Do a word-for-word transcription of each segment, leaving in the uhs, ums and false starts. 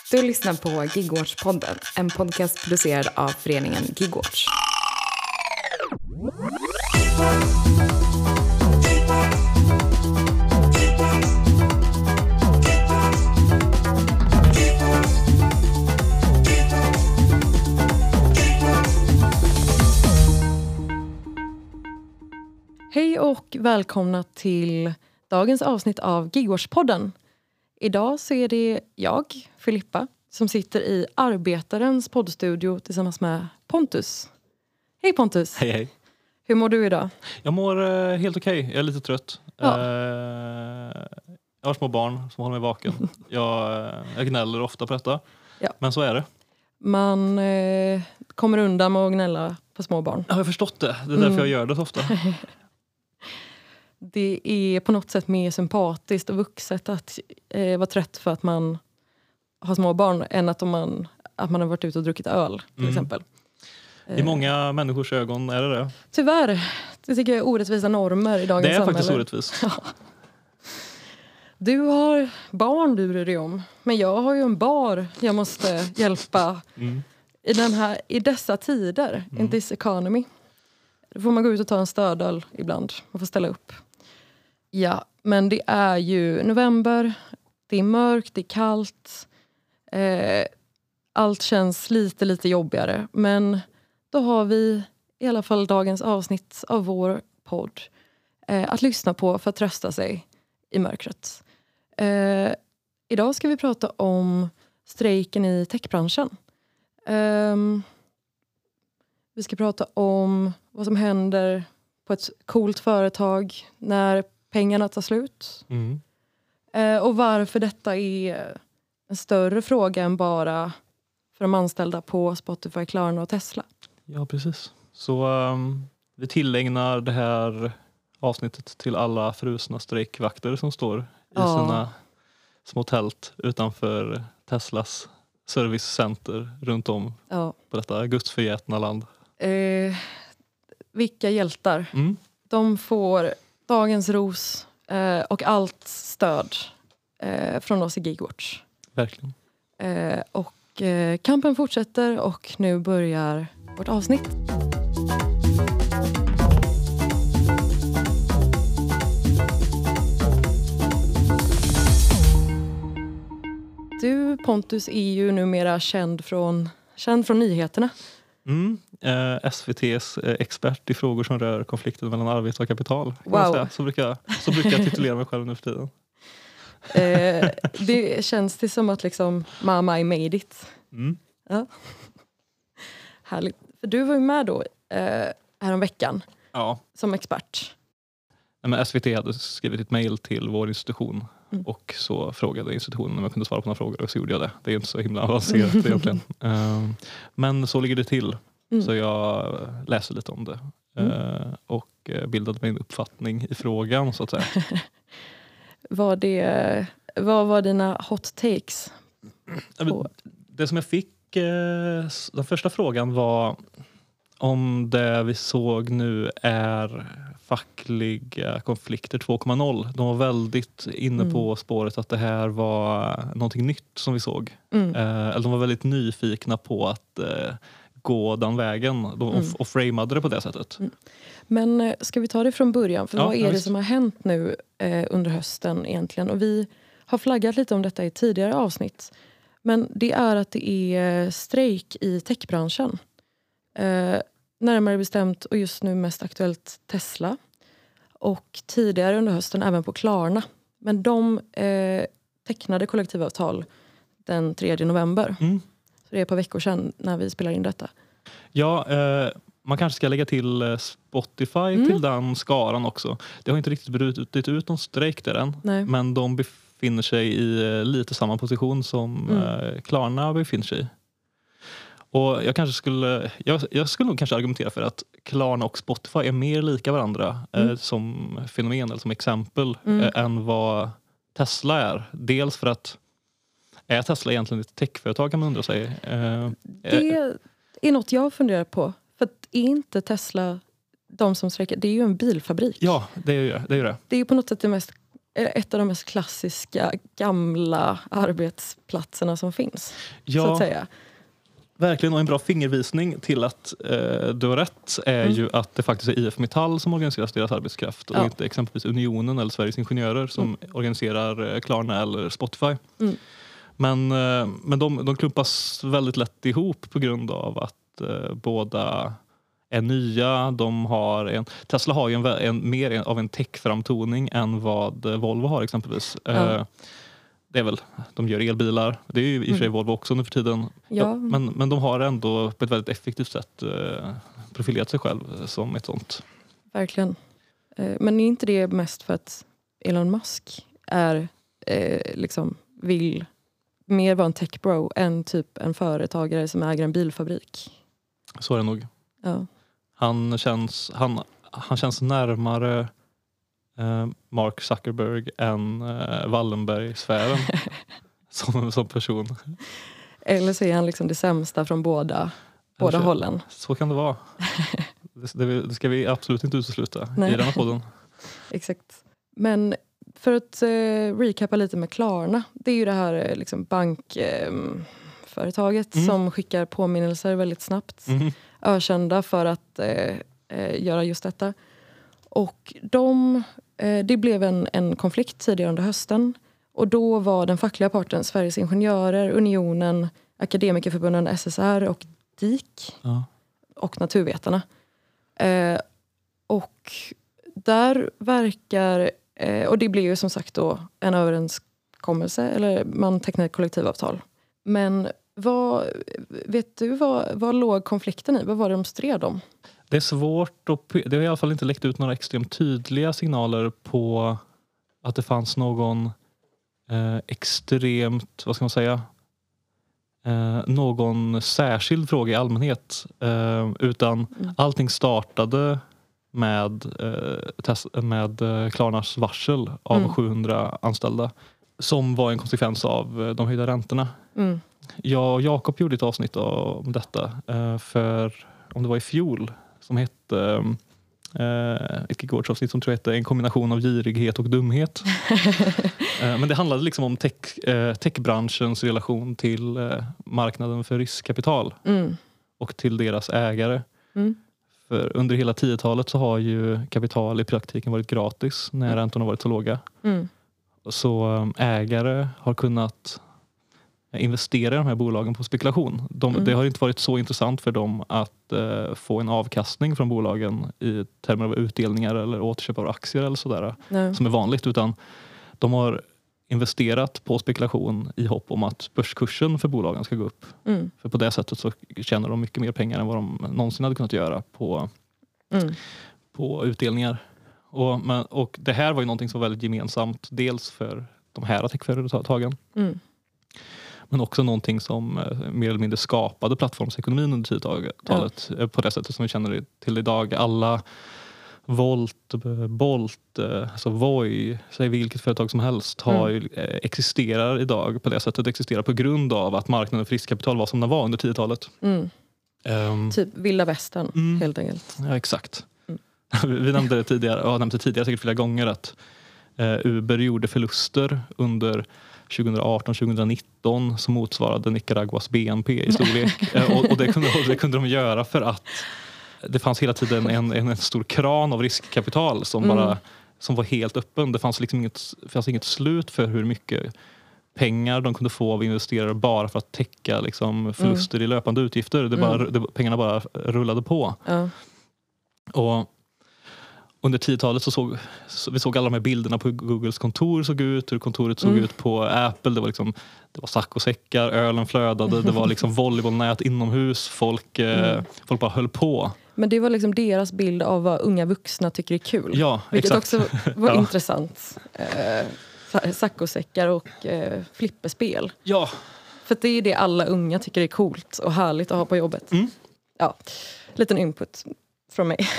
Du lyssnar på Gigwatch-podden, en podcast producerad av föreningen Gigwatch. Hej och välkomna till dagens avsnitt av Gigwatch-podden. Idag så är det jag, Filippa, som sitter i Arbetarens poddstudio tillsammans med Pontus. Hej Pontus! Hej hej! Hur mår du idag? Jag mår eh, helt okej, jag är lite trött. Ja. Eh, jag har små barn som håller mig vaken. jag, jag gnäller ofta på detta, Ja. Men så är det. Man eh, kommer undan med att gnälla på små barn. Jag har förstått det, det är därför Mm. jag gör det så ofta. Det är på något sätt mer sympatiskt och vuxet att eh, vara trött för att man har små barn än att, om man, att man har varit ute och druckit öl till Mm. exempel. I många människors ögon är det det. Tyvärr, det tycker jag är orättvisa normer i dagens Det är samhälle. faktiskt orättvist. Ja. Du har barn du bryr dig om. Men jag har ju en bar jag måste hjälpa Mm. i, den här, i dessa tider. Mm. In this economy. Då får man gå ut och ta en stödöl ibland. Man får ställa upp. Ja, men det är ju november. Det är mörkt, det är kallt. Eh, allt känns lite, lite jobbigare. Men då har vi i alla fall dagens avsnitt av vår podd eh, att lyssna på för att trösta sig i mörkret. Eh, idag ska vi prata om strejken i techbranschen. Eh, vi ska prata om vad som händer på ett coolt företag när pengarna tar slut. Mm. Eh, och varför detta är en större fråga än bara för de anställda på Spotify, Klarna och Tesla. Ja, precis. Så um, vi tillägnar det här avsnittet till alla frusna strejkvakter som står i Ja. sina små tält utanför Teslas servicecenter runt om Ja. på detta gudsförgätna land. Eh, vilka hjältar. Mm. De får dagens ros eh, och allt stöd eh, från oss i Gigwatch. Verkligen. Eh, och eh, kampen fortsätter och nu börjar vårt avsnitt. Du, Pontus, är ju numera känd från, känd från nyheterna. Mm. Eh, S V T:s eh, expert i frågor som rör konflikten mellan arbete och kapital. Kan Wow. man säga. Så, brukar, så brukar jag titulera mig själv nu för tiden. Eh, det känns det som att liksom, mamma I made it. Mm. Ja. Härligt. För du var ju med då eh, härom veckan Ja. som expert. Nej, men S V T hade skrivit ett mejl till vår institution Mm. och så frågade institutionen om jag kunde svara på några frågor och så gjorde jag det. Det är inte så himla avancerat egentligen. Um, men så ligger det till. Mm. Så jag läste lite om det Mm. uh, och bildade mig en uppfattning i frågan så att säga. Var det, vad var dina hot takes? Ja, men på- Det som jag fick, eh, s- den första frågan var om det vi såg nu är fackliga konflikter två komma noll. De var väldigt inne Mm. på spåret att det här var någonting nytt som vi såg. Mm. Eh, eller de var väldigt nyfikna på att eh, gå den vägen de, Mm. och, och framade det på det sättet. Men eh, ska vi ta det från början? För Ja, vad är ja, det visst. som har hänt nu eh, under hösten egentligen? Och vi har flaggat lite om detta i tidigare avsnitt. Men det är att det är strejk i techbranschen. Eh, närmare bestämt och just nu mest aktuellt Tesla. Och tidigare under hösten även på Klarna. Men de eh, tecknade kollektivavtal den tredje november. Mm. Så det är ett par veckor sedan när vi spelar in detta. Ja, eh, man kanske ska lägga till eh, Spotify Mm. till den skaran också. Det har inte riktigt brutit ut någon strejk där än. Nej. Men de befinner sig i eh, lite samma position som Mm. eh, Klarna befinner sig i. Och jag kanske skulle jag, jag skulle nog kanske argumentera för att Klarna och Spotify är mer lika varandra Mm. eh, som fenomen eller som exempel Mm. eh, än vad Tesla är. Dels för att är Tesla egentligen ett techföretag kan man undra sig. Eh, eh, Det är något jag funderar på. För att är inte Tesla de som strejkar? Det är ju en bilfabrik. ja, det är ju det. Är ju det. Det är ju på något sätt det mest ett av de mest klassiska gamla arbetsplatserna som finns. Ja, så att säga. Verkligen, och en bra fingervisning till att eh, du har rätt är mm. ju att det faktiskt är I F Metall som organiserar deras arbetskraft och ja. inte exempelvis Unionen eller Sveriges Ingenjörer som mm. organiserar eh, Klarna eller Spotify. Mm. Men, eh, men de, de klumpas väldigt lätt ihop på grund av att eh, båda är nya. De har en, Tesla har ju en, en, mer av en tech-framtoning än vad Volvo har exempelvis. Ja. Eh, Det är väl, de gör elbilar. Det är ju i och för sig mm. Volvo också nu för tiden. Ja. Men, men de har ändå på ett väldigt effektivt sätt eh, profilerat sig själv som ett sånt. Verkligen. Eh, men är inte det mest för att Elon Musk är eh, liksom vill mer vara en tech bro än typ en företagare som äger en bilfabrik? Så är det nog. Ja. Han känns, han, han känns närmare Mark Zuckerberg än uh, Wallenberg-sfären som, som person. Eller så är han liksom det sämsta från båda, båda hållen. Så kan det vara. det, det ska vi absolut inte utesluta Nej. i den här podden. Exakt. Men för att uh, recapa lite med Klarna. Det är ju det här liksom, bankföretaget uh, mm. som skickar påminnelser väldigt snabbt. Mm. Ökända för att uh, uh, göra just detta. Och de, eh, det blev en, en konflikt tidigare under hösten. Och då var den fackliga parten Sveriges Ingenjörer, Unionen, Akademikerförbunden S S R och D I K. Ja. Och Naturvetarna. Eh, och där verkar, eh, och det blev ju som sagt då en överenskommelse, eller man tecknade ett kollektivavtal. Men vad, vet du vad, vad låg konflikten i? Vad var det de stred om? Det är svårt och det har i alla fall inte läckt ut några extremt tydliga signaler på att det fanns någon eh, extremt, vad ska man säga, eh, någon särskild fråga i allmänhet. Eh, utan mm. allting startade med, eh, test, med eh, Klarnas varsel av mm. sjuhundra anställda som var en konsekvens av eh, de höjda räntorna. Mm. Jag och Jakob gjorde ett avsnitt om detta eh, för, om det var i fjol, som hette eh, ett gigaårsavsnitt som tror jag hette En kombination av girighet och dumhet. eh, men det handlade liksom om tech, eh, techbranschens relation till eh, marknaden för riskkapital mm. och till deras ägare. Mm. För under hela tiotalet så har ju kapital i praktiken varit gratis när mm. räntorna har varit så låga. Mm. Så ägare har kunnat investera i de här bolagen på spekulation. De, mm. Det har inte varit så intressant för dem att uh, få en avkastning från bolagen i termer av utdelningar eller återköp av aktier eller sådär Nej. som är vanligt, utan de har investerat på spekulation i hopp om att börskursen för bolagen ska gå upp. Mm. För på det sättet så tjänar de mycket mer pengar än vad de någonsin hade kunnat göra på, mm. på utdelningar. Och, men, och det här var ju någonting som var väldigt gemensamt, dels för de här techföretagen mm. men också någonting som eh, mer eller mindre skapade plattformsekonomin under tiotalet ja. eh, på det sättet som vi känner till idag. Alla Volt, Bolt, eh, alltså Voi, säg vilket företag som helst har mm. ju, eh, existerar idag på det sättet, existerar på grund av att marknaden för riskkapital var som den var under tiotalet. Mm. Um, typ vilda västern mm. helt enkelt. Ja, exakt. Mm. vi nämnde det tidigare, jag nämnde tidigare säkert flera gånger att eh, Uber gjorde förluster under tjugoarton tjugonitton som motsvarade Nicaraguas B N P i storlek. och, och, det kunde, och det kunde de göra för att det fanns hela tiden en, en, en stor kran av riskkapital som, mm. bara, som var helt öppen. Det fanns liksom inget, fanns inget slut för hur mycket pengar de kunde få av investerare bara för att täcka liksom, förluster mm. i löpande utgifter. Det bara, mm. det, pengarna bara rullade på. Ja. Och under tiotalet så såg så vi såg alla de här bilderna på hur Googles kontor såg ut, hur kontoret såg mm. ut på Apple. Det var liksom det var saccosäckar, ölen flödade, det var liksom volleybollnät inomhus, folk mm. eh, folk bara höll på. Men det var liksom deras bild av vad unga vuxna tycker är kul. Ja, vilket exakt. också var ja. intressant. Eh, saccosäckar och eh, flipperspel. Ja. För det är det alla unga tycker är coolt och härligt att ha på jobbet. Mm. Ja, liten input från mig.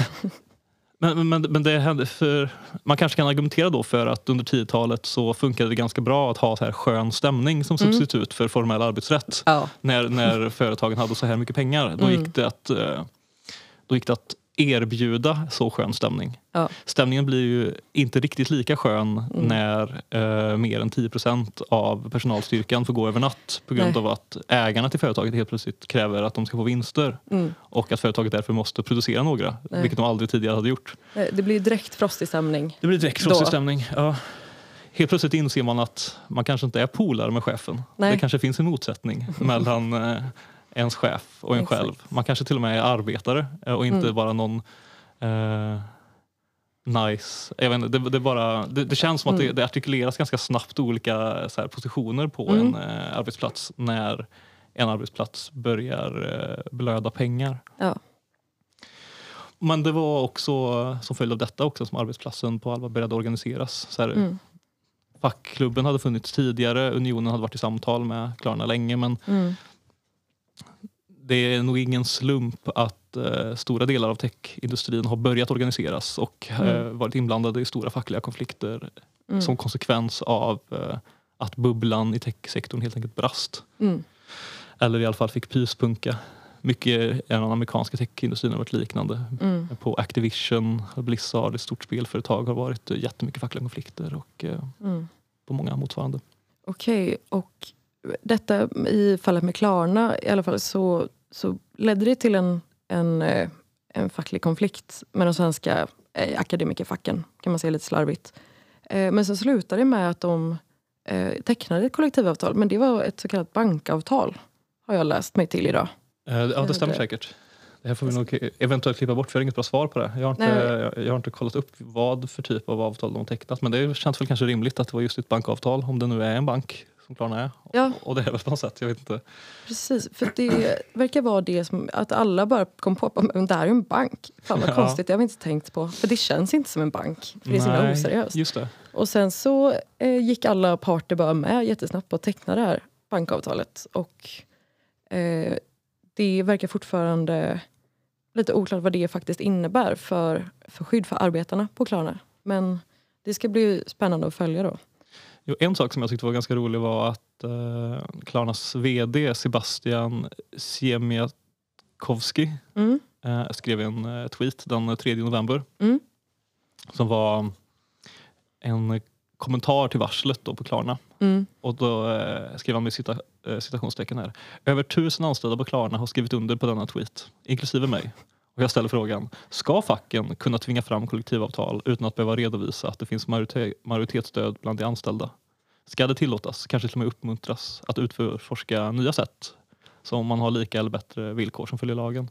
Men, men, men det hände för, man kanske kan argumentera då för att under tiotalet så funkade det ganska bra att ha så här skön stämning som substitut mm. för formell arbetsrätt. Ja. När, när företagen hade så här mycket pengar. Då, mm. gick det att, då gick det att erbjuda så skön stämning. Ja. Stämningen blir ju inte riktigt lika skön Mm. när eh, mer än tio procent av personalstyrkan får gå över natt på grund Nej. av att ägarna till företaget helt plötsligt kräver att de ska få vinster Mm. och att företaget därför måste producera några, Nej. vilket de aldrig tidigare hade gjort. Det blir direkt frostig stämning. Det blir direkt frostig Då. stämning. Ja. Helt plötsligt inser man att man kanske inte är polare med chefen. Nej. Det kanske finns en motsättning mellan eh, ens chef och en Exakt. själv. Man kanske till och med är arbetare eh, och inte Mm. bara någon eh, nice. Jag vet inte, det, det, bara, det, det känns som att Mm. det, det artikuleras ganska snabbt olika så här, positioner på Mm. en eh, arbetsplats när en arbetsplats börjar eh, blöda pengar. Ja. Men det var också som följd av detta också som arbetsplatsen på Alva började organiseras. Så här, Mm. fackklubben hade funnits tidigare, Unionen hade varit i samtal med Klarna länge, men Mm. det är nog ingen slump att eh, stora delar av techindustrin har börjat organiseras och eh, Mm. varit inblandade i stora fackliga konflikter Mm. som konsekvens av eh, att bubblan i techsektorn helt enkelt brast. Mm. Eller i alla fall fick pyspunka. Mycket i den amerikanska techindustrin har varit liknande. Mm. På Activision, Blizzard, ett stort spelföretag, har varit jättemycket fackliga konflikter och eh, Mm. på många motsvarande. Okej, och detta i fallet med Klarna i alla fall så, så ledde det till en, en, eh, en facklig konflikt med de svenska eh, akademikerfacken, kan man säga lite slarvigt. Eh, men så slutade det med att de eh, tecknade ett kollektivavtal, men det var ett så kallat bankavtal, har jag läst mig till idag. Eh, ja, det stämmer det- säkert. Det här får vi nog eventuellt klippa bort, för jag har inget bra svar på det. Jag har inte, jag, jag har inte kollat upp vad för typ av avtal de har tecknat, men det känns väl kanske rimligt att det var just ett bankavtal, om det nu är en bank som Klarna är. Ja. Och det är väl på något sätt, jag vet inte. Precis, för det verkar vara det som att alla bara kom på att det här är ju en bank. Fan vad Ja. konstigt, det har vi inte tänkt på. För det känns inte som en bank, för det är så himla Nej, oseriöst. just det. Och sen så eh, gick alla parter bara med jättesnabbt på att teckna det här bankavtalet. Och eh, det verkar fortfarande lite oklart vad det faktiskt innebär för, för skydd för arbetarna på Klarna. Men det ska bli spännande att följa då. Jo, en sak som jag tyckte var ganska rolig var att eh, Klarnas vd Sebastian Siemiatkowski Mm, eh, skrev en eh, tweet den tredje november mm, som var en kommentar till varslet då på Klarna. mm, Och då eh, skrev han med cita, eh, citationstecken här. Över tusen anställda på Klarna har skrivit under på denna tweet, inklusive mig. Och jag ställer frågan, ska facken kunna tvinga fram kollektivavtal utan att behöva redovisa att det finns majorite- majoritetsstöd bland de anställda? Ska det tillåtas, kanske till och med uppmuntras, att utforska nya sätt som man har lika eller bättre villkor som följer lagen?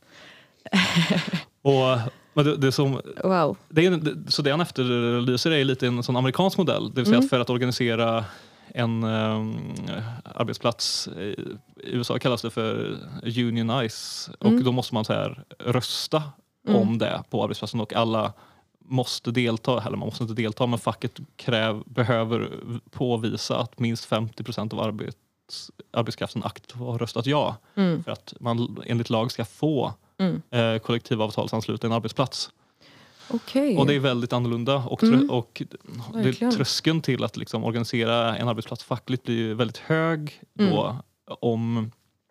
Och men det, det som wow. det är, det- så det han efterlyser är lite en sån amerikansk modell. Det vill säga Mm. att för att organisera en um, arbetsplats, i i U S A kallas det för unionize. Och Mm. då måste man så här rösta Mm. om det på arbetsplatsen. Och alla måste delta, eller man måste inte delta, men facket kräv, behöver påvisa att minst femtio procent av arbets, arbetskraften aktivt har röstat ja. Mm, För att man enligt lag ska få mm. eh, kollektivavtalsansluta en arbetsplats. Okej. Och det är väldigt annorlunda. Och, trö- Mm. och det, Verkligen. tröskeln till att liksom organisera en arbetsplats fackligt blir ju väldigt hög Mm. då om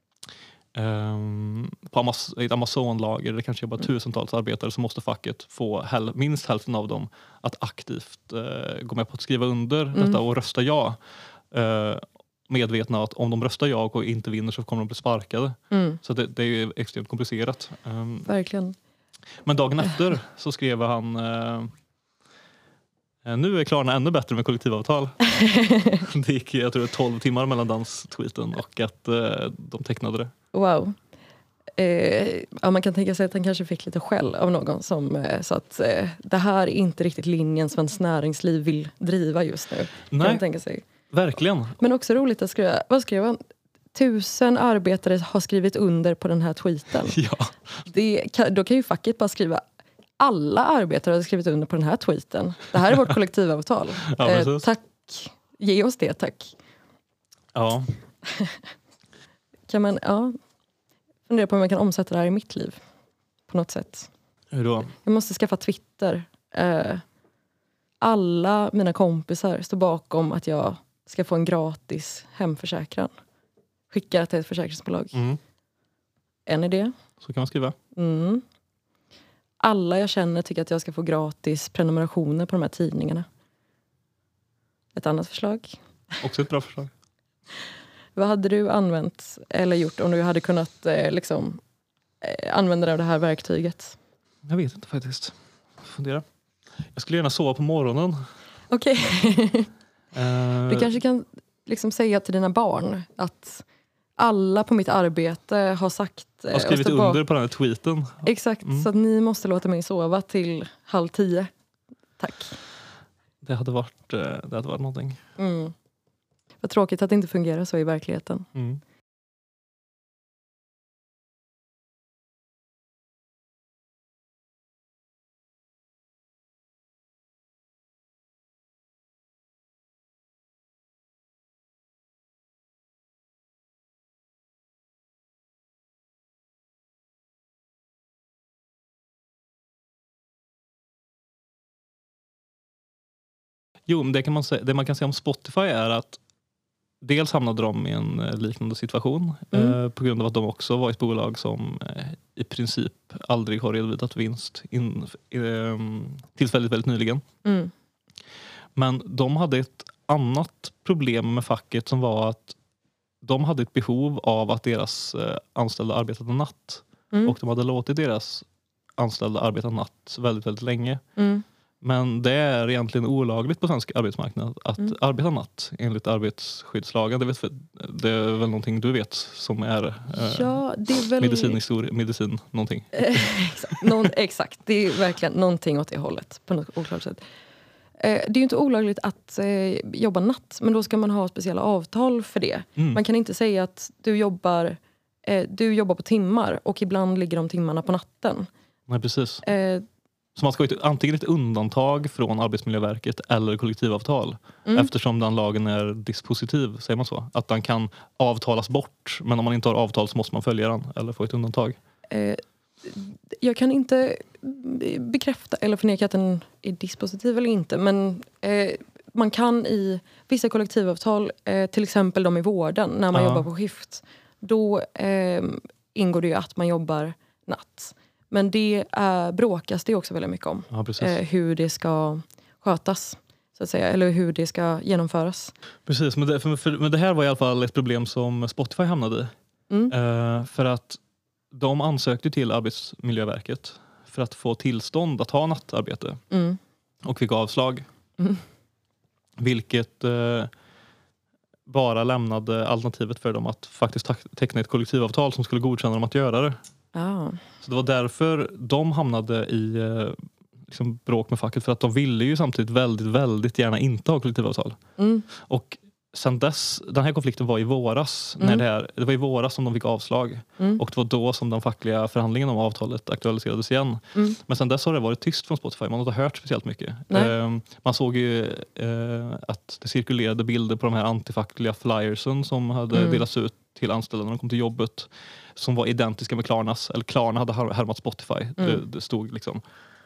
um, på Amaz- ett Amazon-lager där det kanske jobbar tusentals arbetare, så måste facket få häl- minst hälften av dem att aktivt uh, gå med på att skriva under Mm. detta och rösta ja. Uh, medvetna att om de röstar ja och inte vinner så kommer de bli sparkade. Mm, Så det, det är ju extremt komplicerat. Um, verkligen. men dagen efter så skrev han eh, nu är Klarna ännu bättre med kollektivavtal. Det gick jag tror tolv timmar mellan dans tweeten och att eh, de tecknade det. Wow. Eh, ja, man kan tänka sig att han kanske fick lite skäll av någon som eh, sa att eh, det här är inte riktigt linjen Svenskt Näringsliv vill driva just nu. Kan man Nej, tänka sig. verkligen. Men också roligt att skriva, vad skrev han? Tusen arbetare har skrivit under på den här tweeten. Ja, Det kan, då kan ju facket bara skriva alla arbetare har skrivit under på den här tweeten. Det här är vårt kollektivavtal. Ja, eh, precis. tack. Ge oss det, tack. ja. Kan man, ja, fundera på om man kan omsätta det här i mitt liv. På något sätt. Hur då? Jag måste skaffa Twitter. Eh, alla mina kompisar står bakom att jag ska få en gratis hemförsäkran. Skicka till ett försäkringsbolag. Mm. En idé. Så kan man skriva. Mm. alla jag känner tycker att jag ska få gratis prenumerationer på de här tidningarna. Ett annat förslag. Också ett bra förslag. Vad hade du använt eller gjort om du hade kunnat eh, liksom, eh, använda det här verktyget? Jag vet inte faktiskt. Fundera. Jag skulle gärna sova på morgonen. Okej. Okay. uh, du kanske kan liksom säga till dina barn att alla på mitt arbete har sagt... Jag har skrivit under på den här tweeten. Exakt, mm. så att ni måste låta mig sova till halv tio. Tack. Det hade varit, det hade varit någonting. Mm. Vad tråkigt att det inte fungerar så i verkligheten. Mm. Jo, men det, kan man säga, det man kan säga om Spotify är att dels hamnade de i en liknande situation mm. eh, på grund av att de också var ett bolag som eh, i princip aldrig har redovisat vinst in, eh, tills väldigt, väldigt nyligen. Mm. Men de hade ett annat problem med facket som var att de hade ett behov av att deras eh, anställda arbetade natt. Mm. Och de hade låtit deras anställda arbeta natt väldigt, väldigt länge. Mm. Men det är egentligen olagligt på svensk arbetsmarknad att mm. arbeta natt enligt arbetsskyddslagen. Det, vet, det är väl någonting du vet som är, eh, ja, det är väl... medicinhistoria, medicin, någonting. exakt. Någon, exakt, det är verkligen någonting åt det hållet på något oklart sätt. Eh, det är ju inte olagligt att eh, jobba natt, men då ska man ha speciella avtal för det. Mm. Man kan inte säga att du jobbar, eh, du jobbar på timmar och ibland ligger de timmarna på natten. Nej, precis. Eh, Så man ska ha ett, antingen ett undantag från Arbetsmiljöverket eller kollektivavtal. Mm. Eftersom den lagen är dispositiv, säger man så. Att den kan avtalas bort. Men om man inte har avtal så måste man följa den eller få ett undantag. Eh, jag kan inte bekräfta eller förneka att den är dispositiv eller inte. Men eh, man kan i vissa kollektivavtal, eh, till exempel de i vården, när man ja. jobbar på skift. Då eh, ingår det ju att man jobbar natt. Men det är, bråkas det också väldigt mycket om. Ja, eh, hur det ska skötas, så att säga. Eller hur det ska genomföras. Precis, men det, för, för, men det här var i alla fall ett problem som Spotify hamnade i. Mm. Eh, för att de ansökte till Arbetsmiljöverket för att få tillstånd att ha nattarbete. Mm. Och fick avslag. Mm. Vilket eh, bara lämnade alternativet för dem att faktiskt teckna ett kollektivavtal som skulle godkänna dem att göra det. Ah. Så det var därför de hamnade i eh, liksom bråk med facket. För att de ville ju samtidigt väldigt, väldigt gärna inte ha kollektivavtal. Mm. Och sen dess, den här konflikten var i våras. Mm. När det, här, det var i våras som de fick avslag. Mm. Och det var då som den fackliga förhandlingen om avtalet aktualiserades igen. Mm. Men sen dess har det varit tyst från Spotify. Man har inte hört speciellt mycket. Eh, man såg ju eh, att det cirkulerade bilder på de här antifackliga flyersen som hade mm. delats ut till anställda när de kom till jobbet. Som var identiska med Klarnas. Eller Klarna hade härmat Spotify. Mm. Det, det stod liksom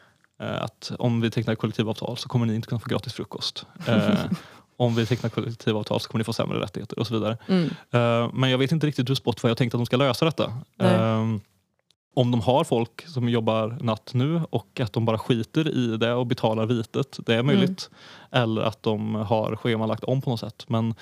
eh, att om vi tecknar kollektivavtal så kommer ni inte kunna få gratis frukost. Eh, om vi tecknar kollektivavtal så kommer ni få sämre rättigheter och så vidare. Mm. Uh, men jag vet inte riktigt hur Spotify har tänkt att de ska lösa detta. Uh, om de har folk som jobbar natt nu och att de bara skiter i det och betalar vitet, det är möjligt. Mm. Eller att de har schemalagt om på något sätt. Men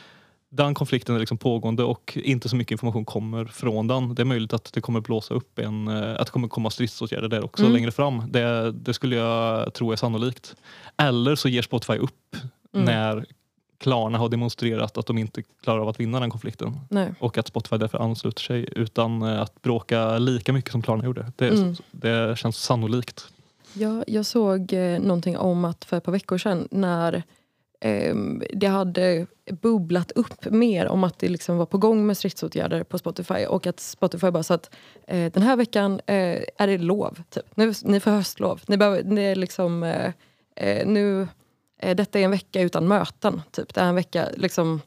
den konflikten är liksom pågående och inte så mycket information kommer från den. Det är möjligt att det kommer blåsa upp en, att det kommer komma stridsåtgärder där också mm. längre fram. Det, det skulle jag tro är sannolikt. Eller så ger Spotify upp mm. när Klarna har demonstrerat att de inte klarar av att vinna den konflikten. Nej. Och att Spotify därför ansluter sig utan att bråka lika mycket som Klarna gjorde. Det, mm. det känns sannolikt. Ja, jag såg eh, någonting om att för ett par veckor sedan när eh, det hade bubblat upp mer om att det liksom var på gång med stridsåtgärder på Spotify och att Spotify bara sa att eh, den här veckan eh, är det lov. Typ. Nu, ni får höstlov. Ni behöver, ni är liksom, eh, eh, nu... Detta är en vecka utan möten. Typ. Det är en vecka liksom,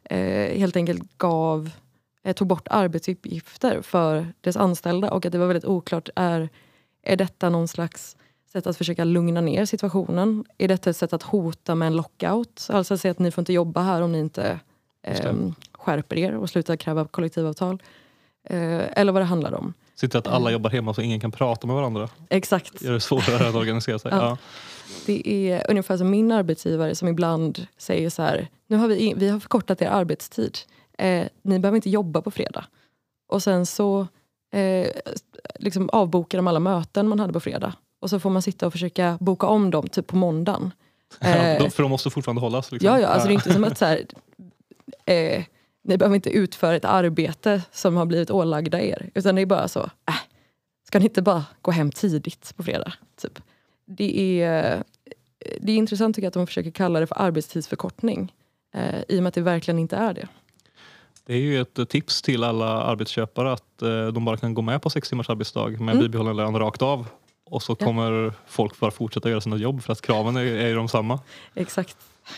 eh, helt enkelt gav, eh, tog bort arbetsuppgifter för dess anställda. Och att det var väldigt oklart. Är, är detta någon slags sätt att försöka lugna ner situationen? Är detta ett sätt att hota med en lockout? Alltså att säga att ni får inte jobba här om ni inte eh, skärper er och slutar kräva kollektivavtal. Eh, eller vad det handlar om. Se till att alla jobbar hemma så ingen kan prata med varandra. Exakt. Gör det svårare att organisera sig. Ja. Ja. Det är ungefär som min arbetsgivare som ibland säger så här, nu har vi, vi har förkortat er arbetstid. Eh, ni behöver inte jobba på fredag. Och sen så eh, liksom avbokar de alla möten man hade på fredag. Och så får man sitta och försöka boka om dem typ på måndagen. Eh, ja, för de måste fortfarande hållas. Liksom. Ja, ja, alltså det är inte som att så här, eh, ni behöver inte utföra ett arbete som har blivit ålagda er. Utan det är bara så, äh, ska ni inte bara gå hem tidigt på fredag? Typ. Det är, det är intressant tycker jag att de försöker kalla det för arbetstidsförkortning. Eh, I och med att det verkligen inte är det. Det är ju ett tips till alla arbetsköpare att eh, de bara kan gå med på sex timmars arbetsdag med mm. bibehållen lön rakt av. Och så kommer ja. folk bara fortsätta göra sina jobb för att kraven är, är de samma. Exakt.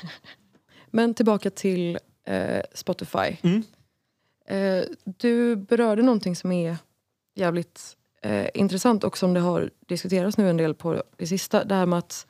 Men tillbaka till eh, Spotify. Mm. Eh, du berörde någonting som är jävligt eh, intressant och som det har diskuterats nu en del på det sista. Det här med att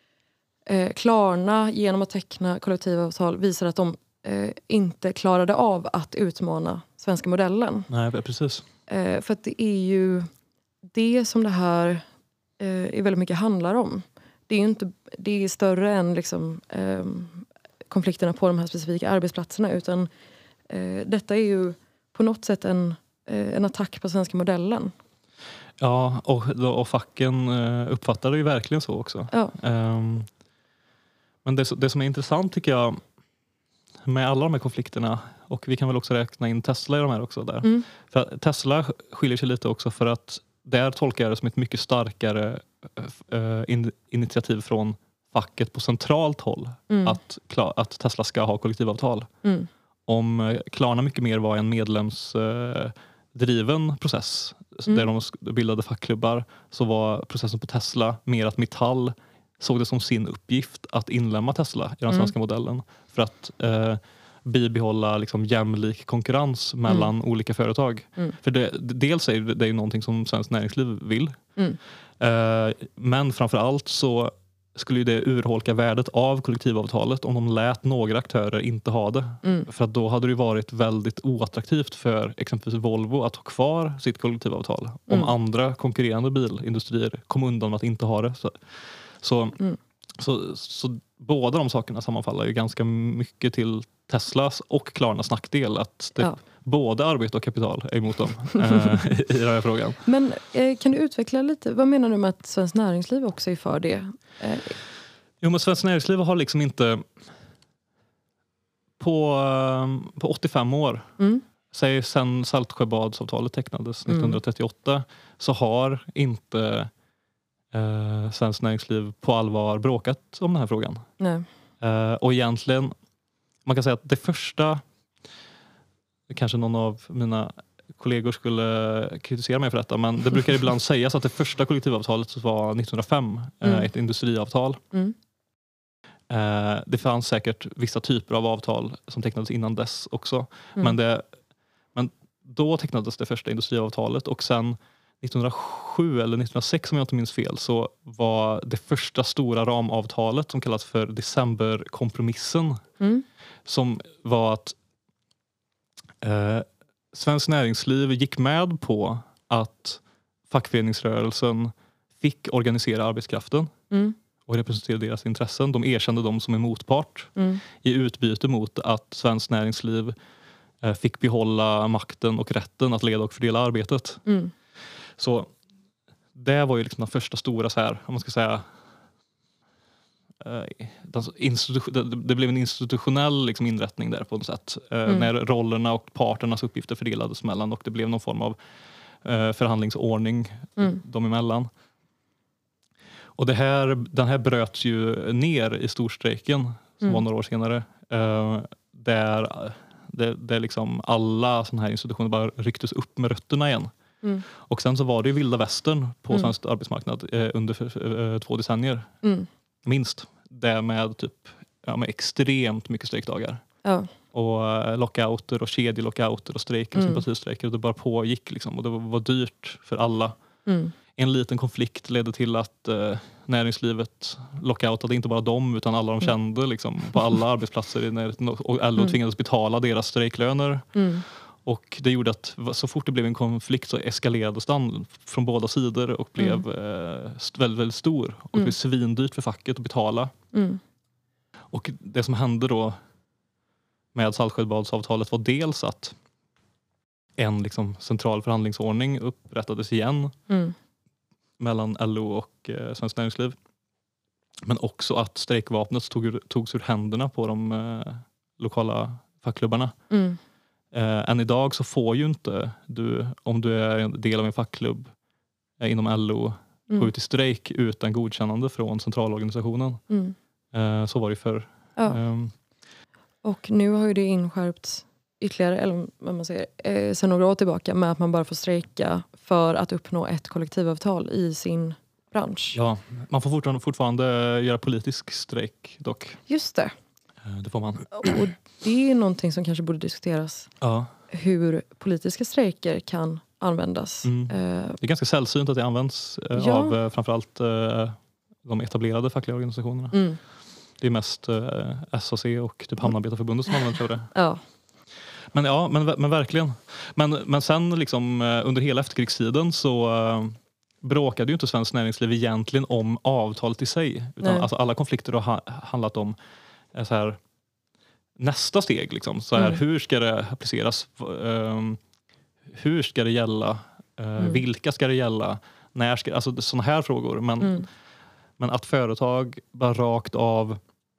eh, Klarna genom att teckna kollektivavtal visar att de eh, inte klarade av att utmana svenska modellen. Nej, precis. Eh, för att det är ju det som det här eh, är väldigt mycket handlar om. Det är ju inte, det är större än liksom, eh, konflikterna på de här specifika arbetsplatserna, utan eh, detta är ju på något sätt en, eh, en attack på svenska modellen. Ja, och, och facken uppfattar det ju verkligen så också. Ja. Um, men det, det som är intressant tycker jag med alla de här konflikterna, och vi kan väl också räkna in Tesla i de här också där. Mm. För Tesla skiljer sig lite också för att där tolkar jag det som ett mycket starkare uh, in, initiativ från facket på centralt håll mm. att, att Tesla ska ha kollektivavtal. Mm. Om Klarna mycket mer var en medlemsdriven uh, process mm. där de bildade fackklubbar, så var processen på Tesla mer att Metall såg det som sin uppgift att inlämna Tesla i den mm. svenska modellen för att uh, bibehålla liksom jämlik konkurrens mellan mm. olika företag. Mm. För det, dels är det, det är någonting som svenskt näringsliv vill. Mm. Uh, men framförallt så skulle ju det urholka värdet av kollektivavtalet om de lät några aktörer inte ha det. Mm. För att då hade det varit väldigt oattraktivt för exempelvis Volvo att ha kvar sitt kollektivavtal. Mm. Om andra konkurrerande bilindustrier kom undan med att inte ha det. Så, så, mm. så, så båda de sakerna sammanfaller ju ganska mycket till Teslas och Klarnas nackdel. Att det, ja. både arbete och kapital är emot dem äh, i den här frågan. Men eh, kan du utveckla lite? Vad menar du med att Svenskt Näringsliv också är för det? Eh. Jo, men Svenskt Näringsliv har liksom inte på, på åttiofem år, mm. säg sen Saltsjöbadsavtalet tecknades nittonhundratrettioåtta, mm. så har inte eh, Svenskt Näringsliv på allvar bråkat om den här frågan. Nej. Eh, och egentligen, man kan säga att det första, kanske någon av mina kollegor skulle kritisera mig för detta, men det brukar ibland sägas att det första kollektivavtalet var nittonhundrafem, mm. ett industriavtal. Mm. Eh, det fanns säkert vissa typer av avtal som tecknades innan dess också. Mm. Men, det, men då tecknades det första industriavtalet, och sen nittonhundrasju eller nittonhundrasex, om jag inte minns fel, så var det första stora ramavtalet som kallas för decemberkompromissen, mm. som var att eh, Svenskt Näringsliv gick med på att fackföreningsrörelsen fick organisera arbetskraften mm. och representera deras intressen. De erkände dem som en motpart mm. i utbyte mot att Svenskt Näringsliv eh, fick behålla makten och rätten att leda och fördela arbetet. Mm. Så det var ju liksom den första stora, så här, om man ska säga, eh, institu- det, det blev en institutionell liksom inrättning där på något sätt. Eh, mm. när rollerna och parternas uppgifter fördelades mellan, och det blev någon form av eh, förhandlingsordning mm. dem emellan. Och det här, den här bröts ju ner i storstrejken som mm. var några år senare. Eh, där det, det liksom alla såna här institutioner bara rycktes upp med rötterna igen. Mm. Och sen så var det ju vilda västern på mm. svensk arbetsmarknad eh, under eh, två decennier. Mm. Minst. Det med typ ja, med extremt mycket strejkdagar. Ja. Och eh, lockouter och kedjelockouter och strejker och mm. sympatistrejker. Och det bara pågick liksom. Och det var, var dyrt för alla. Mm. En liten konflikt ledde till att eh, näringslivet lockoutade inte bara dem utan alla de mm. kände liksom, på alla arbetsplatser i närheten, och L O mm. tvingades betala deras strejklöner. Mm. Och det gjorde att så fort det blev en konflikt så eskalerades den från båda sidor och blev mm. eh, väldigt, väldigt stor. Och det blev svindyrt för facket att betala. Mm. Och det som hände då med Saltsjöbadsavtalet var dels att en liksom central förhandlingsordning upprättades igen mm. mellan L O och eh, Svenskt Näringsliv. Men också att strejkvapnet tog, togs ur händerna på de eh, lokala fackklubbarna. Mm. Eh, än idag så får ju inte du, om du är en del av en fackklubb eh, inom L O, mm. gå ut i strejk utan godkännande från centralorganisationen. Mm. Eh, så var det för. Ja. Um, och nu har ju det inskärpts ytterligare, eller vad man säger, eh, sedan några år tillbaka med att man bara får strejka för att uppnå ett kollektivavtal i sin bransch. Ja, man får fortfarande, fortfarande göra politisk strejk dock. Just det. Eh, det får man. Och det är någonting som kanske borde diskuteras. Ja. Hur politiska strejker kan användas. Mm. Eh, det är ganska sällsynt att det används eh, ja. av eh, framförallt eh, de etablerade fackliga organisationerna. Mm. Det är mest eh, S A C och typ Hamnarbetarförbundet som använder det. Ja. Men ja, men, men verkligen. Men, men sen liksom under hela efterkrigstiden så uh, bråkade ju inte Svenskt Näringsliv egentligen om avtalet i sig. Utan alltså, alla konflikter har ha, handlat om uh, så här, nästa steg. Liksom. Så här, mm. Hur ska det appliceras? Uh, hur ska det gälla? Uh, mm. Vilka ska det gälla? När ska, alltså sådana här frågor. Men, mm. men att företag bara rakt av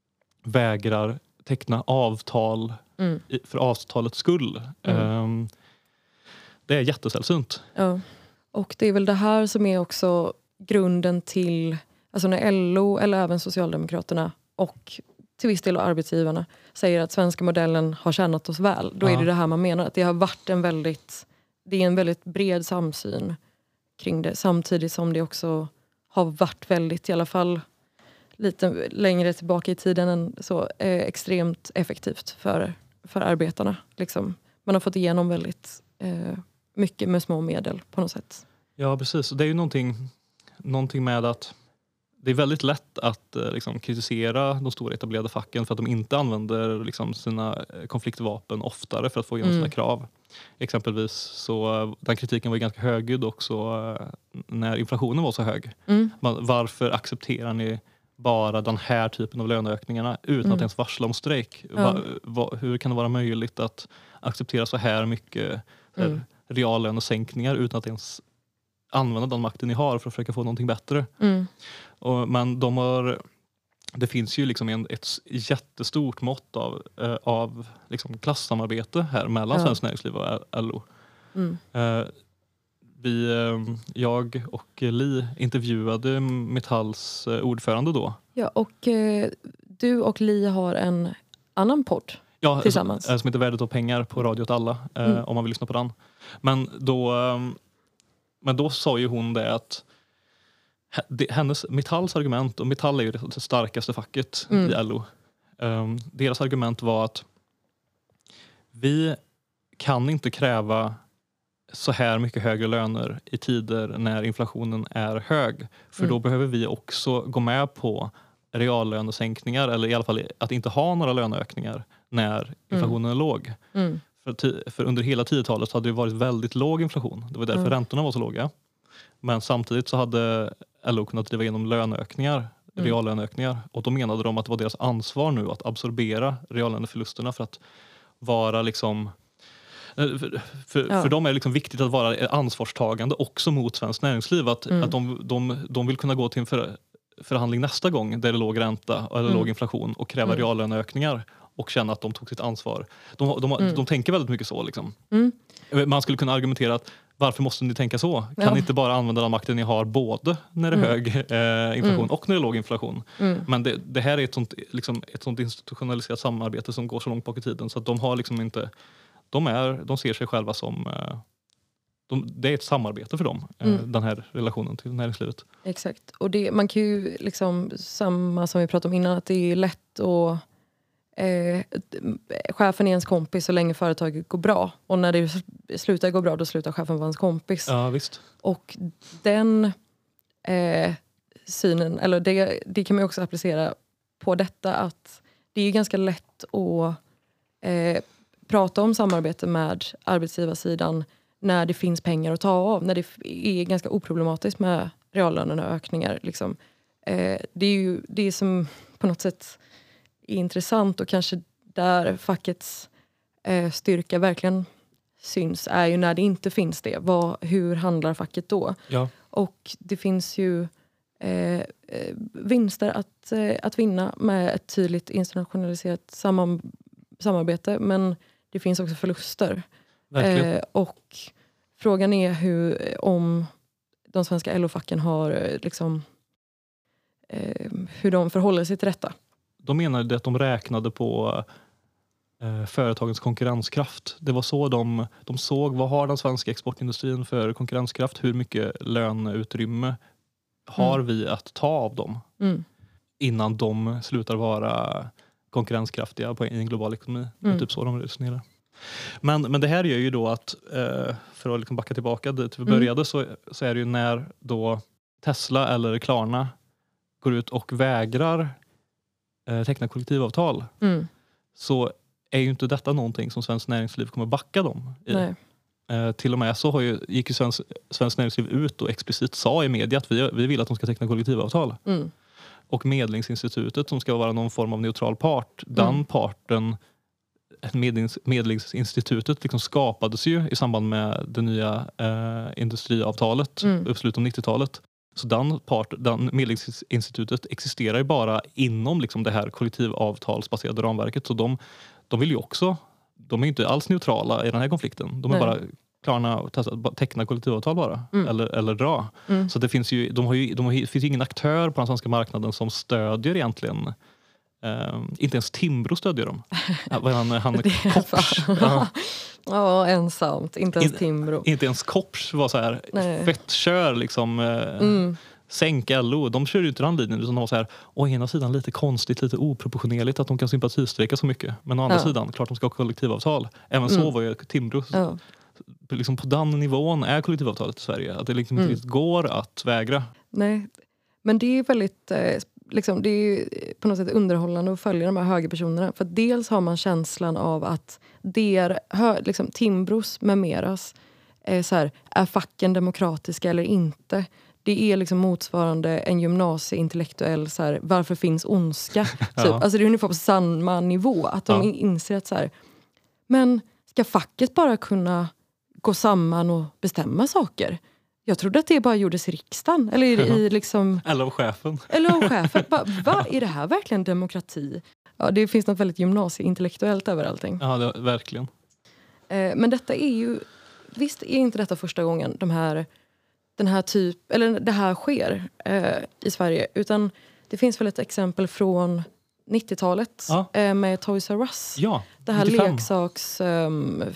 vägrar teckna avtal mm. för avtalets skull. Mm. Um, det är jättesällsynt. Ja. Och det är väl det här som är också grunden till, alltså när L O eller även Socialdemokraterna och till viss del arbetsgivarna säger att svenska modellen har tjänat oss väl. Då ja. Är det det här man menar. Att det har varit en väldigt, det är en väldigt bred samsyn kring det. Samtidigt som det också har varit väldigt, i alla fall lite längre tillbaka i tiden än så, eh, extremt effektivt för, för arbetarna. Liksom. Man har fått igenom väldigt eh, mycket med små medel på något sätt. Ja, precis. Det är ju någonting, någonting med att det är väldigt lätt att eh, liksom, kritisera de stora etablerade facken för att de inte använder liksom, sina konfliktvapen oftare för att få igenom mm. sina krav. Exempelvis så den kritiken var ju ganska högljudd också eh, när inflationen var så hög. Mm. Man, varför accepterar ni bara den här typen av löneökningarna utan mm. att ens varsla om strejk? Ja. Va, va, hur kan det vara möjligt att acceptera så här mycket mm. reallönesänkningar utan att ens använda den makten ni har för att försöka få någonting bättre? Mm. Och, men de har, det finns ju liksom en, ett jättestort mått av, eh, av liksom klassamarbete här mellan ja. Svenskt Näringsliv och L O. Mm. Eh, vi, eh, jag och Li intervjuade Metalls eh, ordförande då. Ja, och eh, du och Li har en annan podd ja, tillsammans. Som, som heter Värdet av pengar på Radio åt alla, eh, mm. om man vill lyssna på den. Men då, eh, men då sa ju hon det att hennes, Metalls argument, och Metall är ju det starkaste facket mm. i L O. Um, deras argument var att vi kan inte kräva så här mycket högre löner i tider när inflationen är hög. För mm. då behöver vi också gå med på reallönesänkningar, eller i alla fall att inte ha några löneökningar när inflationen mm. är låg. Mm. För, för under hela tiotalet hade det varit väldigt låg inflation. Det var därför mm. räntorna var så låga. Men samtidigt så hade L O kunnat driva igenom löneökningar, mm. reallöneökningar. Och då menade de att det var deras ansvar nu att absorbera reallöneförlusterna för att vara liksom... För, för, ja. för dem är det liksom viktigt att vara ansvarstagande också mot Svenskt Näringsliv. Att, mm. att de, de, de vill kunna gå till en för, förhandling nästa gång där det är låg ränta eller mm. låg inflation och kräva mm. reallöneökningar och känna att de tog sitt ansvar. De, de, mm. de tänker väldigt mycket så. Liksom. Mm. Man skulle kunna argumentera att varför måste ni tänka så? Kan ja. ni inte bara använda den makten ni har både när det är mm. hög eh, inflation mm. och när det är låg inflation? Mm. Men det, det här är ett sånt, liksom, ett sånt institutionaliserat samarbete som går så långt bak i tiden så att de har liksom inte... De, är, de ser sig själva som... Eh, de, det är ett samarbete för dem, eh, mm. den här relationen till näringslivet. Exakt. Och det, man kan ju liksom, samma som vi pratade om innan, att det är lätt att... Eh, chefen är ens kompis så länge företaget går bra. Och när det slutar gå bra, då slutar chefen vara ens kompis. Ja, visst. Och den eh, synen, eller det, det kan man ju också applicera på detta, att det är ganska lätt att eh, prata om samarbete med arbetsgivarsidan när det finns pengar att ta av. När det är ganska oproblematiskt med reallöneökningar. Liksom. Eh, det är ju det som på något sätt är intressant och kanske där fackets eh, styrka verkligen syns är ju när det inte finns det. Vad, hur handlar facket då? Ja. Och det finns ju eh, vinster att, eh, att vinna med ett tydligt internationaliserat samman, samarbete. Men det finns också förluster. Eh, och frågan är hur, om de svenska L O-facken har liksom, eh, hur de förhåller sig till detta. De menade att de räknade på eh, företagens konkurrenskraft. Det var så de, de såg, vad har den svenska exportindustrin för konkurrenskraft? Hur mycket löneutrymme har mm. vi att ta av dem? Mm. Innan de slutar vara konkurrenskraftiga på, i en global ekonomi. Mm. Det är typ så de resonerar. Men, men det här gör ju då att, eh, för att liksom backa tillbaka dit vi började, mm. så, så är det ju när då Tesla eller Klarna går ut och vägrar eh, teckna kollektivavtal, mm. så är ju inte detta någonting som Svenskt Näringsliv kommer backa dem i. Nej. Eh, till och med så har ju, gick ju Svenskt Svensk Näringsliv ut och explicit sa i media att vi, vi vill att de ska teckna kollektivavtal. Mm. Och Medlingsinstitutet som ska vara någon form av neutral part, mm. den parten, medlings, Medlingsinstitutet liksom skapades ju i samband med det nya eh, industriavtalet mm. uppslut om nittiotalet. Så den, part, den Medlingsinstitutet existerar ju bara inom liksom det här kollektivavtalsbaserade ramverket. Så de, de vill ju också, de är ju inte alls neutrala i den här konflikten. De är Nej. bara klarna att teckna kollektivavtal bara. Mm. Eller, eller dra. Mm. Så det finns ju, de har ju, de har, det finns ju ingen aktör på den svenska marknaden som stödjer egentligen. Uh, inte ens Timbro stödjer dem. Vad är han? Han Kopps. Ja, ja, ensamt. Inte ens In, Timbro. Inte ens Kopps var så här fett kör liksom uh, mm. sänk L O. De kör ju inte den linjen utan de var så här, å ena sidan lite konstigt, lite oproportionerligt att de kan sympatistrejka så mycket. Men å andra ja. sidan, klart de ska ha kollektivavtal. Även mm. så var ju Timbro. Ja. Liksom på den nivån är kollektivavtalet i Sverige. Att det liksom mm. inte går att vägra. Nej, men det är väldigt eh, liksom, det är på något sätt underhållande att följa de här högerpersonerna. För dels har man känslan av att det är hö, liksom, Timbros med meras är, så här, är facken demokratiska eller inte. Det är liksom motsvarande en gymnasieintellektuell så här, varför finns ondska? Typ. Ja. Alltså det är ungefär på samma nivå. Att de ja. inser att så här, men ska facket bara kunna gå samman och bestämma saker? Jag trodde att det bara gjordes i riksdagen. Eller i, i liksom... Eller av chefen. Eller av chefen. Va, va, är det här verkligen demokrati? Ja, det finns något väldigt gymnasieintellektuellt över allting. Ja, det, verkligen. Eh, men detta är ju... Visst är inte detta första gången de här, den här typ... Eller det här sker eh, i Sverige. Utan det finns väl ett exempel från nittiotalet ja. eh, med Toys R Us. Ja, det här leksaksaffären,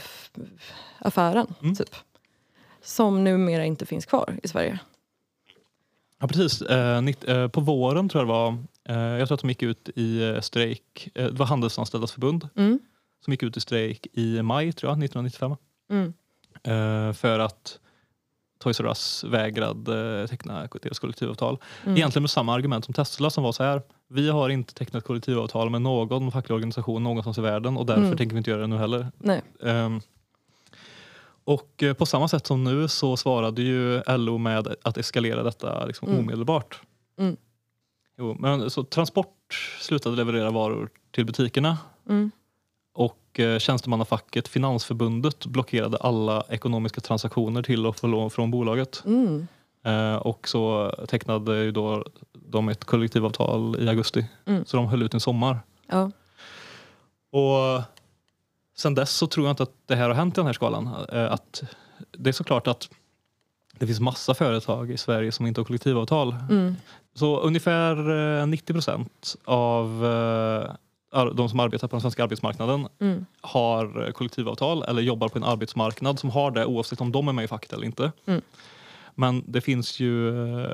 um, mm. typ. Som numera inte finns kvar i Sverige. Ja, precis. Eh, nitt, eh, på våren tror jag det var. Eh, jag tror att de gick ut i eh, strejk. Eh, det var Handelsanställdas förbund. Mm. Som gick ut i strejk i maj tror jag, nittonhundranittiofem. Mm. Eh, för att Toys R Us vägrade teckna deras kollektivavtal. Mm. Egentligen med samma argument som Tesla som var så här. Vi har inte tecknat kollektivavtal med någon facklig organisation någonstans i världen. Och därför mm. tänker vi inte göra det nu heller. Nej. Eh, Och på samma sätt som nu så svarade ju L O med att eskalera detta liksom mm. omedelbart. Mm. Jo, men så Transport slutade leverera varor till butikerna. Mm. Och eh, tjänstemannafacket Finansförbundet blockerade alla ekonomiska transaktioner till och från, från bolaget. Mm. Eh, och så tecknade ju då de ett kollektivavtal i augusti. Mm. Så de höll ut en sommar. Ja. Och... Sen dess så tror jag inte att det här har hänt i den här skalan. Att det är såklart att det finns massa företag i Sverige som inte har kollektivavtal. Mm. Så ungefär nittio procent av de som arbetar på den svenska arbetsmarknaden mm. har kollektivavtal eller jobbar på en arbetsmarknad som har det oavsett om de är med i facket eller inte. Mm. Men det finns ju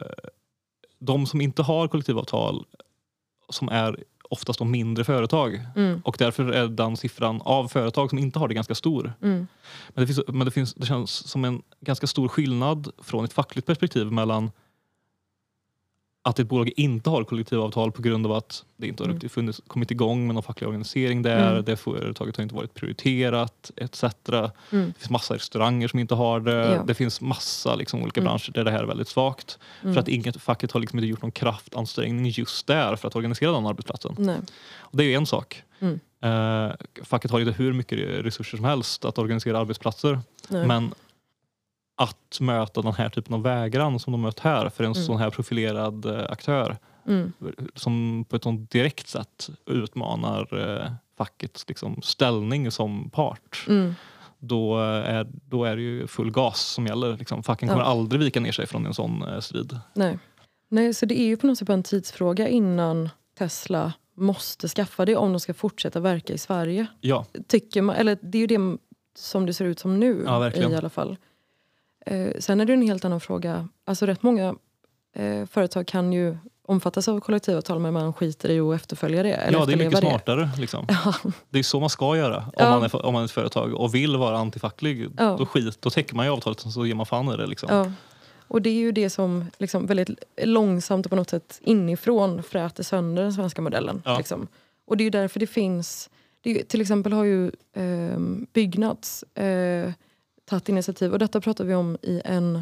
de som inte har kollektivavtal som är oftast de mindre företag. Mm. Och därför är den siffran av företag som inte har det ganska stor. Mm. Men, det, finns, men det, finns, det känns som en ganska stor skillnad från ett fackligt perspektiv mellan att ett bolag inte har kollektivavtal på grund av att det inte har mm. funnits, kommit igång med någon facklig organisering där, mm. det företaget har inte varit prioriterat et cetera. Mm. Det finns massa restauranger som inte har det. Ja. Det finns massa liksom, olika mm. branscher där det här är väldigt svagt. Mm. För att inget, facket har liksom inte gjort någon kraftansträngning just där för att organisera den arbetsplatsen. Nej. Och det är ju en sak. Mm. Uh, facket har inte hur mycket resurser som helst att organisera arbetsplatser. Nej. Men att möta den här typen av vägran som de mött här för en mm. sån här profilerad uh, aktör mm. som på ett sånt direkt sätt utmanar uh, fackets liksom, ställning som part. Mm. Då, är, då är det ju full gas som gäller. Liksom. Facken kommer ja. aldrig vika ner sig från en sån uh, strid. Nej. Nej, så det är ju på något sätt en tidsfråga innan Tesla måste skaffa det om de ska fortsätta verka i Sverige. Ja. Tycker man, eller det är ju det som det ser ut som nu ja, i alla fall. Eh, sen är det en helt annan fråga. Alltså rätt många eh, företag kan ju omfattas av kollektivavtal men man skiter i att efterfölja det. Eller ja, det är mycket smartare. Liksom. Ja. Det är så man ska göra om, ja. man är, om man är ett företag och vill vara antifacklig. Ja. Då skit, då täcker man ju avtalet och så ger man fan i det. Liksom. Ja. Och det är ju det som liksom väldigt långsamt och på något sätt inifrån fräter sönder den svenska modellen. Ja. Liksom. Och det är ju därför det finns... Det är, till exempel har ju eh, Byggnads eh, tagit initiativ. Och detta pratar vi om i en,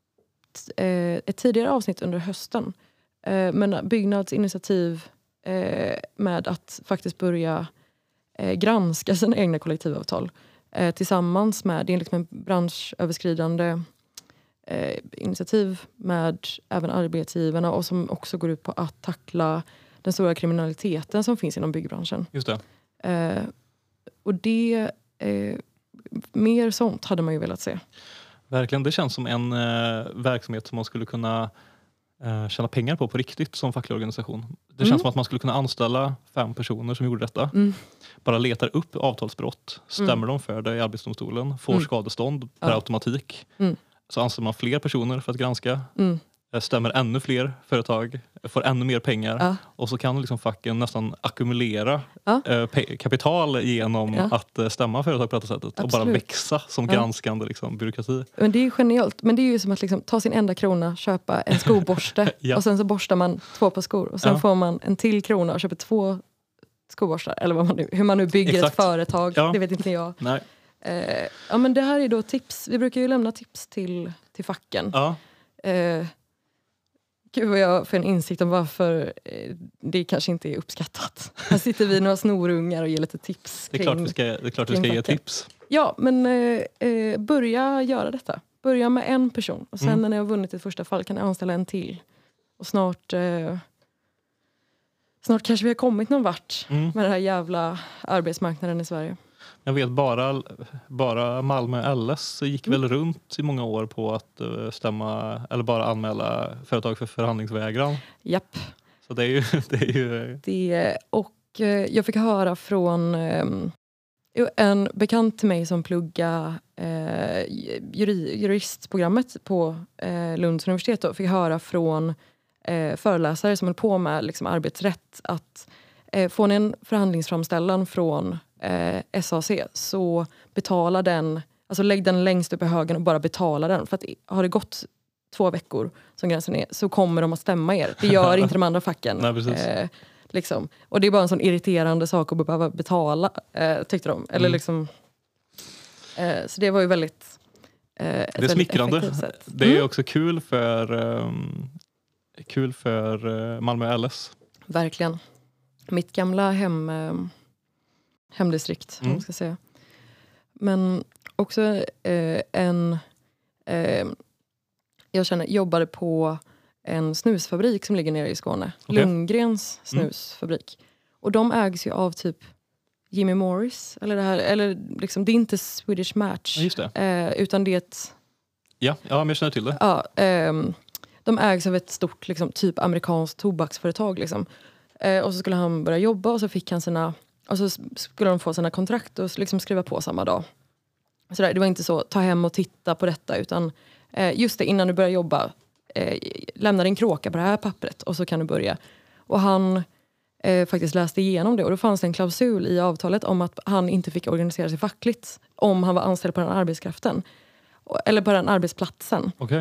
eh, ett tidigare avsnitt under hösten. Eh, men Byggnads initiativ eh, med att faktiskt börja eh, granska sina egna kollektivavtal. Eh, tillsammans med, det är liksom en branschöverskridande... Eh, initiativ med även arbetsgivarna och som också går ut på att tackla den stora kriminaliteten som finns inom byggbranschen. Just det. Eh, och det eh, mer sånt hade man ju velat se. Verkligen, det känns som en eh, verksamhet som man skulle kunna eh, tjäna pengar på på riktigt som facklig organisation. Det känns mm. som att man skulle kunna anställa fem personer som gjorde detta. Mm. Bara letar upp avtalsbrott, stämmer mm. de för det i Arbetsdomstolen, får mm. skadestånd per ja. automatik. Mm. Så anställer man fler personer för att granska. Mm. Stämmer ännu fler företag. Får ännu mer pengar. Ja. Och så kan liksom facken nästan ackumulera ja. eh, pe- kapital genom ja. att eh, stämma företag på detta sättet. Absolut. Och bara växa som ja. granskande liksom, byråkrati. Men det är ju genialt. Men det är ju som att liksom, ta sin enda krona, köpa en skoborste. ja. Och sen så borstar man två på skor. Och sen ja. får man en till krona och köper två skoborstar. Eller vad man nu, hur man nu bygger Exakt. ett företag. Ja. Det vet inte jag. Nej. Eh, ja, men det här är då tips. Vi brukar ju lämna tips till, till facken. Ja. Eh, gud vad jag för en insikt om varför eh, det kanske inte är uppskattat. Här sitter vi några snorungar och ger lite tips. Det är kring, klart vi ska, det är klart vi ska ge tips. Ja, men eh, eh, börja göra detta. Börja med en person. Och sen mm. när ni har vunnit ett första fall kan ni anställa en till. Och snart... Eh, snart kanske vi har kommit någon vart mm. med den här jävla arbetsmarknaden i Sverige. Jag vet bara, bara Malmö L S gick mm. väl runt i många år på att stämma eller bara anmäla företag för förhandlingsvägran. Japp. Så det är ju... Det är ju... Det, och eh, jag fick höra från eh, en bekant till mig som pluggar eh, juri, juristprogrammet på eh, Lunds universitet. Då, fick höra från eh, föreläsare som höll på med liksom, arbetsrätt att eh, få en förhandlingsframställan från Eh, S A C så betala den, alltså lägg den längst upp i högen och bara betala den, för att har det gått två veckor som gränsen är så kommer de att stämma er. Det gör inte de andra facken. Nej, eh, liksom. Och det är bara en sån irriterande sak att behöva betala, eh, tyckte de. Eller mm. liksom, eh, så det var ju väldigt eh, ett det är smickrande. Sätt. Det är mm. också kul för um, kul för uh, Malmö L S. Verkligen. Mitt gamla hem eh, hemdistrikt, mm. om man ska säga. Men också eh, en... Eh, jag känner, jobbade på en snusfabrik som ligger nere i Skåne. Okay. Lundgrens snusfabrik. Mm. Och de ägs ju av typ Jimmy Morris. Eller det här, eller liksom, det är inte Swedish Match. Ja, just det. Eh, utan det är ett... Ja, ja, men jag känner till det. Ja, eh, de ägs av ett stort liksom, typ amerikanskt tobaksföretag. Liksom. Eh, och så skulle han börja jobba och så fick han sina... Och så skulle de få sina kontrakt och liksom skriva på samma dag. Så där, det var inte så, ta hem och titta på detta. Utan eh, just det, innan du börjar jobba. Eh, lämna din kråka på det här pappret. Och så kan du börja. Och han eh, faktiskt läste igenom det. Och då fanns det en klausul i avtalet om att han inte fick organisera sig fackligt. Om han var anställd på den arbetskraften. Eller på den arbetsplatsen. Okay.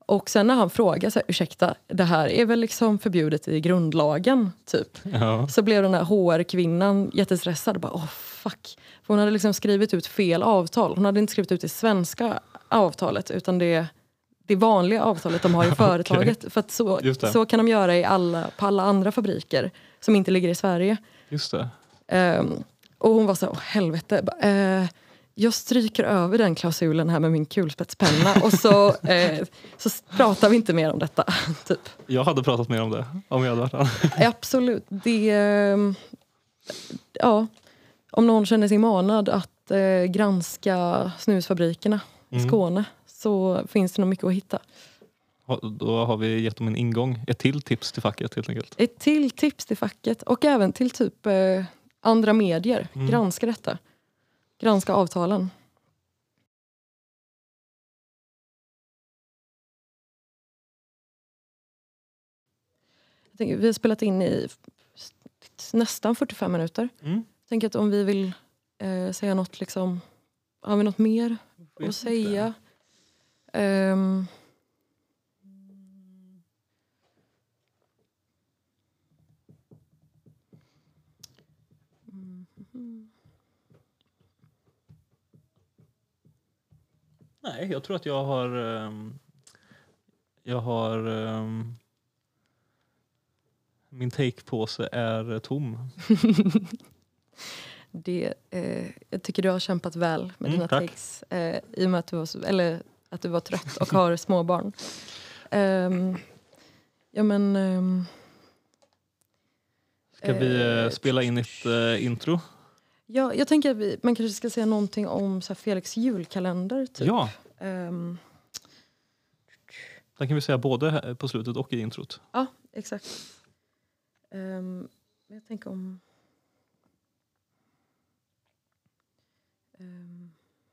och sen när han frågar så här, ursäkta, det här är väl liksom förbjudet i grundlagen typ. Ja. Så blev den här H R-kvinnan jättestressad. Bara, åh fuck. För hon hade liksom skrivit ut fel avtal. Hon hade inte skrivit ut det svenska avtalet utan det, det vanliga avtalet de har i företaget. Okay. För att så, så kan de göra i alla, på alla andra fabriker som inte ligger i Sverige. Just det. Um, och hon var så här, åh helvete. Uh, jag stryker över den klausulen här med min kulspetspenna. Och så, uh, så pratar vi inte mer om detta. Typ. Jag hade pratat mer om det om jag hade varit han. Absolut. Det, uh, ja, om någon känner sig manad att uh, granska snusfabrikerna mm. i Skåne så finns det nog mycket att hitta. Då har vi gett dem en ingång. Ett till tips till facket helt enkelt. Ett till tips till facket. Och även till typ eh, andra medier. Mm. Granska detta. Granska avtalen. Jag tänker, vi har spelat in i nästan fyrtiofem minuter. Mm. Jag tänker att om vi vill eh, säga något liksom... Har vi något mer att säga? Um, Nej, jag tror att jag har um, jag har um, min take-påse är tom. Det, eh, jag tycker du har kämpat väl med mm, dina tack. takes eh, i och med att du var, eller, att du var trött och har småbarn. Um, ja men um, ska vi eh, spela in ett eh, intro? Ja, jag tänker att vi, man kanske ska säga någonting om så här, Felix julkalender typ. Ja. Um, Den kan vi säga både på slutet och i introt. Ja, exakt. Um, jag tänker om... Um,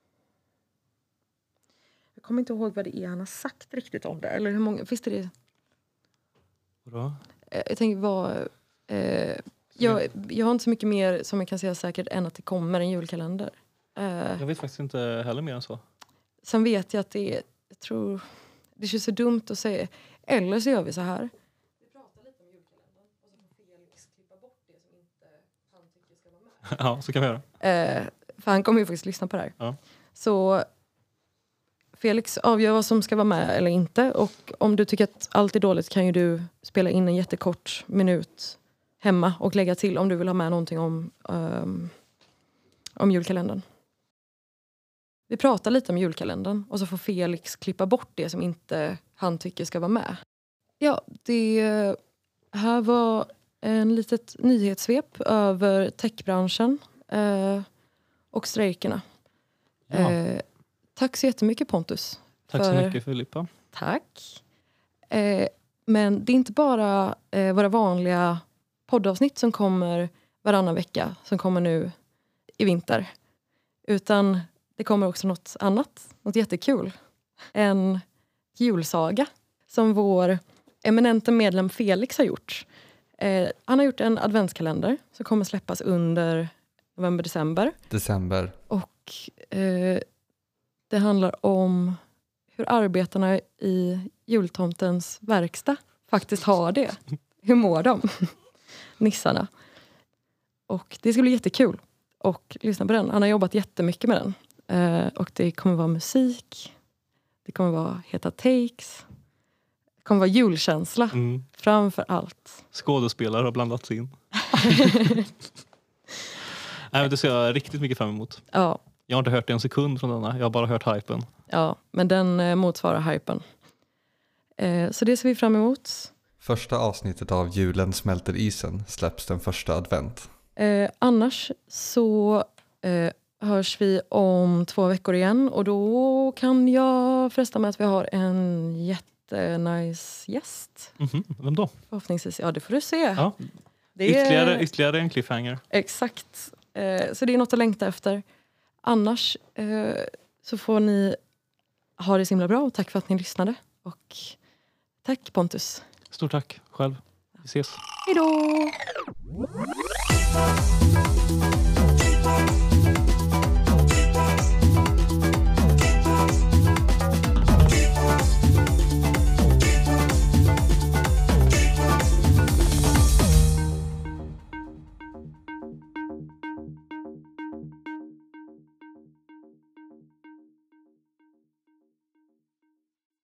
jag kommer inte ihåg vad det är han har sagt riktigt om det. Eller hur många... Visst är det... Bra. Uh, jag tänker vad... Uh, jag, jag har inte så mycket mer som jag kan säga säkert än att det kommer en julkalender. Uh, jag vet faktiskt inte heller mer än så. Sen vet jag att det är... Jag tror... Det känns så dumt att säga. Eller så gör vi så här. Vi pratar lite om julkalendern. Och så får Felix klippa bort det som inte han tycker ska vara med. Ja, så kan vi göra. Uh, för han kommer ju faktiskt lyssna på det här. Ja. Så Felix avgör vad som ska vara med eller inte. Och om du tycker att allt är dåligt kan ju du spela in en jättekort minut hemma. Och lägga till om du vill ha med någonting om, um, om julkalendern. Vi pratar lite om julkalendern. Och så får Felix klippa bort det som inte han tycker ska vara med. Ja, det här var en litet nyhetssvep över techbranschen. Uh, och strejkerna. Ja. Uh, tack så jättemycket Pontus. Tack för... så mycket Filippa. Tack. Uh, men det är inte bara uh, våra vanliga poddavsnitt som kommer varannan vecka. Som kommer nu i vinter. Utan det kommer också något annat. Något jättekul. En julsaga. Som vår eminenta medlem Felix har gjort. Uh, han har gjort en adventskalender. Som kommer släppas under november, december. December. Och eh, det handlar om hur arbetarna i jultomtens verkstad faktiskt har det. Hur mår de? Nissarna. Och det ska bli jättekul. Och lyssna på den. Han har jobbat jättemycket med den. Eh, och det kommer vara musik. Det kommer vara heta takes. Det kommer vara julkänsla. Mm. Framför allt. Skådespelare har blandats in. Nej, men det ser jag riktigt mycket fram emot. Ja. Jag har inte hört en sekund från denna. Jag har bara hört hypen. Ja, men den eh, motsvarar hypen. Eh, så det ser vi fram emot. Första avsnittet av Julen smälter isen släpps den första advent. Eh, annars så eh, hörs vi om två veckor igen. Och då kan jag fresta med att vi har en jättenice gäst. Mm-hmm. Vem då? Förhoppningsvis. Ja, det får du se. Ja. Det ytterligare, är... ytterligare en cliffhanger. Exakt. Eh, så det är något att längta efter. Annars eh, så får ni ha det så himla bra. Och tack för att ni lyssnade. Och tack Pontus. Stort tack själv. Vi ses. Hej då!